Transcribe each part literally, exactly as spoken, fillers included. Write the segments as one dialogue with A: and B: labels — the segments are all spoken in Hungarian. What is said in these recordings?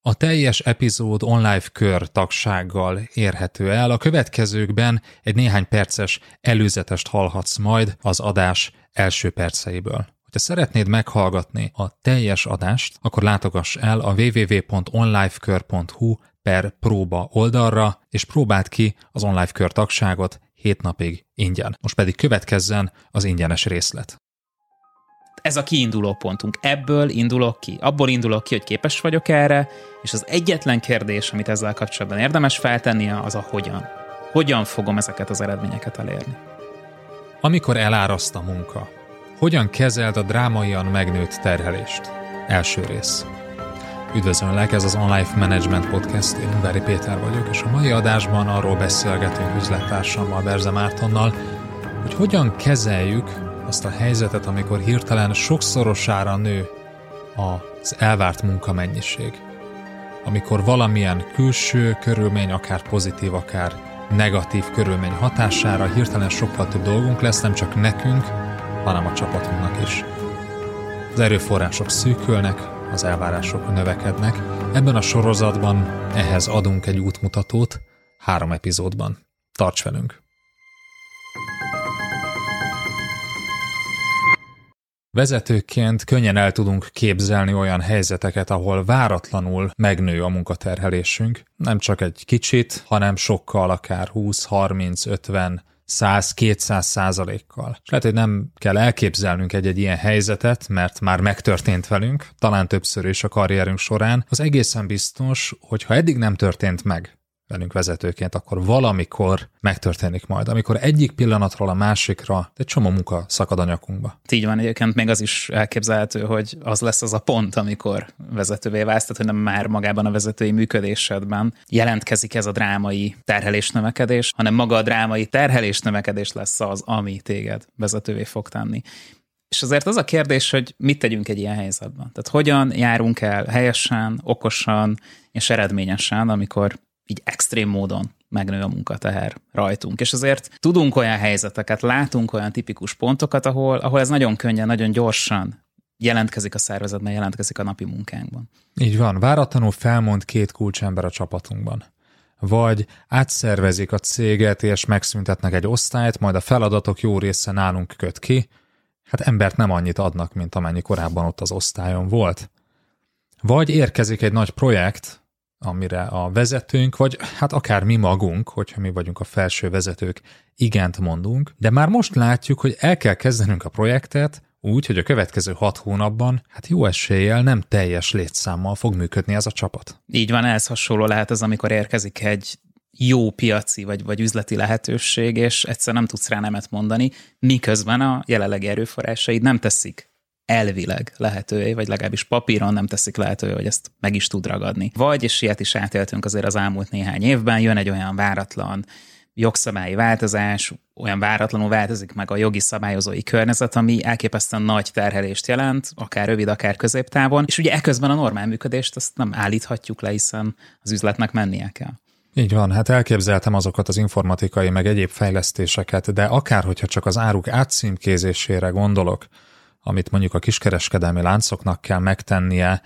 A: A teljes epizód online kör tagsággal érhető el. A következőkben egy néhány perces előzetest hallhatsz majd az adás első perceiből. Ha szeretnéd meghallgatni a teljes adást, akkor látogass el a www pont onlifekör pont hu per próba oldalra, és próbáld ki az online kör tagságot hét napig ingyen. Most pedig következzen az ingyenes részlet.
B: Ez a kiinduló pontunk. Ebből indulok ki. Abból indulok ki, hogy képes vagyok erre, és az egyetlen kérdés, amit ezzel kapcsolatban érdemes feltennie, az a hogyan. Hogyan fogom ezeket az eredményeket elérni?
A: Amikor eláraszt a munka, hogyan kezeld a drámaian megnőtt terhelést? Első rész. Üdvözöllek, ez az Online Management Podcast, én Beri Péter vagyok, és a mai adásban arról beszélgetünk üzlettársammal, Berze Mártonnal, hogy hogyan kezeljük azt a helyzetet, amikor hirtelen sokszorosára nő az elvárt munkamennyiség. Amikor valamilyen külső körülmény, akár pozitív, akár negatív körülmény hatására hirtelen sokkal több dolgunk lesz, nem csak nekünk, hanem a csapatunknak is. Az erőforrások szűkülnek, az elvárások növekednek. Ebben a sorozatban ehhez adunk egy útmutatót három epizódban. Tarts velünk! Vezetőként könnyen el tudunk képzelni olyan helyzeteket, ahol váratlanul megnő a munkaterhelésünk. Nem csak egy kicsit, hanem sokkal, akár húsz, harminc, ötven, száz, kétszáz százalékkal. És lehet, hogy nem kell elképzelnünk egy-egy ilyen helyzetet, mert már megtörtént velünk, talán többször is a karrierünk során. Az egészen biztos, hogy ha eddig nem történt meg velünk vezetőként, akkor valamikor megtörténik majd, amikor egyik pillanatról a másikra egy csomó munka szakad a nyakunkba.
B: Így van, egyébként még az is elképzelhető, hogy az lesz az a pont, amikor vezetővé válsz, tehát hogy nem már magában a vezetői működésedben jelentkezik ez a drámai terhelésnövekedés, hanem maga a drámai terhelésnövekedés lesz az, ami téged vezetővé fog tenni. És azért az a kérdés, hogy mit tegyünk egy ilyen helyzetben. Tehát hogyan járunk el helyesen, okosan és eredményesen, amikor így extrém módon megnő a munkateher rajtunk. És azért tudunk olyan helyzeteket, látunk olyan tipikus pontokat, ahol, ahol ez nagyon könnyen, nagyon gyorsan jelentkezik a szervezetben, jelentkezik a napi munkánkban.
A: Így van, váratlanul felmond két kulcsember a csapatunkban. Vagy átszervezik a céget, és megszüntetnek egy osztályt, majd a feladatok jó része nálunk köt ki. Hát embert nem annyit adnak, mint amennyi korábban ott az osztályon volt. Vagy érkezik egy nagy projekt, amire a vezetőnk, vagy hát akár mi magunk, hogyha mi vagyunk a felső vezetők, igent mondunk, de már most látjuk, hogy el kell kezdenünk a projektet úgy, hogy a következő hat hónapban hát jó eséllyel nem teljes létszámmal fog működni ez a csapat.
B: Így van, ehhez hasonló lehet az, amikor érkezik egy jó piaci vagy, vagy üzleti lehetőség, és egyszer nem tudsz rá nemet mondani, miközben a jelenlegi erőforrásaid nem teszik elvileg lehetővé, vagy legalábbis papíron nem teszik lehetővé, hogy ezt meg is tud ragadni. Vagy, és ilyet is átéltünk azért az elmúlt néhány évben, jön egy olyan váratlan jogszabályi változás, olyan váratlanul változik meg a jogi szabályozói környezet, ami elképesztően nagy terhelést jelent, akár rövid, akár középtávon, és ugye eközben a normál működést azt nem állíthatjuk le, hiszen az üzletnek mennie kell.
A: Így van, hát elképzeltem azokat az informatikai meg egyéb fejlesztéseket, de akár hogyha csak az áruk átcímkézésére gondolok, amit mondjuk a kiskereskedelmi láncoknak kell megtennie,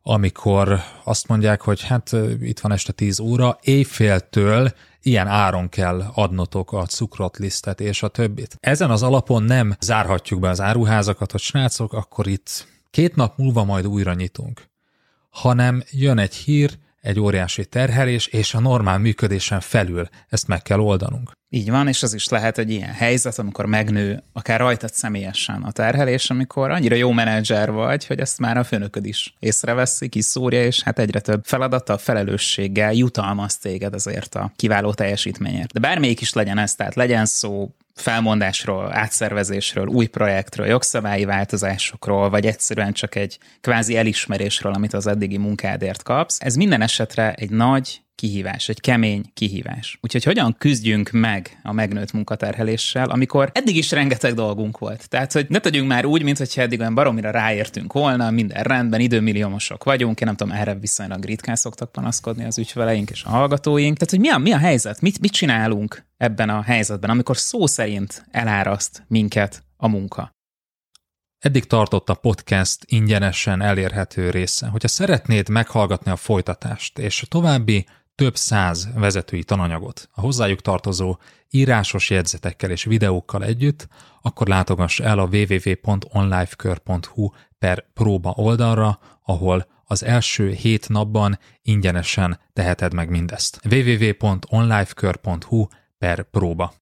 A: amikor azt mondják, hogy hát itt van este tíz óra, éjféltől ilyen áron kell adnotok a cukrot, lisztet és a többit. Ezen az alapon nem zárhatjuk be az áruházakat, hogy srácok, akkor itt két nap múlva majd újra nyitunk, hanem jön egy hír, egy óriási terhelés, és a normál működésen felül ezt meg kell oldanunk.
B: Így van, és az is lehet egy ilyen helyzet, amikor megnő akár rajtad személyesen a terhelés, amikor annyira jó menedzser vagy, hogy ezt már a főnököd is észreveszi, kiszúrja, és hát egyre több feladattal, felelősséggel jutalmaz téged ezért a kiváló teljesítményért. De bármelyik is legyen ez, tehát legyen szó felmondásról, átszervezésről, új projektről, jogszabályi változásokról, vagy egyszerűen csak egy kvázi elismerésről, amit az eddigi munkádért kapsz. Ez minden esetre egy nagy kihívás, egy kemény kihívás. Úgyhogy hogyan küzdjünk meg a megnőtt munkaterheléssel, amikor eddig is rengeteg dolgunk volt. Tehát, hogy ne tegyünk már úgy, mintha eddig olyan baromira ráértünk volna, minden rendben, időmilliómosok vagyunk, én nem tudom, erre viszonylag ritkán szoktak panaszkodni az ügyfeleink és a hallgatóink. Tehát, hogy mi a, mi a helyzet? Mit, mit csinálunk ebben a helyzetben, amikor szó szerint eláraszt minket a munka?
A: Eddig tartott a podcast ingyenesen elérhető része. Hogyha szeretnéd meghallgatni a folytatást és a további több száz vezetői tananyagot a hozzájuk tartozó írásos jegyzetekkel és videókkal együtt, akkor látogass el a www pont onlifekör pont hu per próba oldalra, ahol az első hét napban ingyenesen teheted meg mindezt. www pont onlifekör pont hu per próba.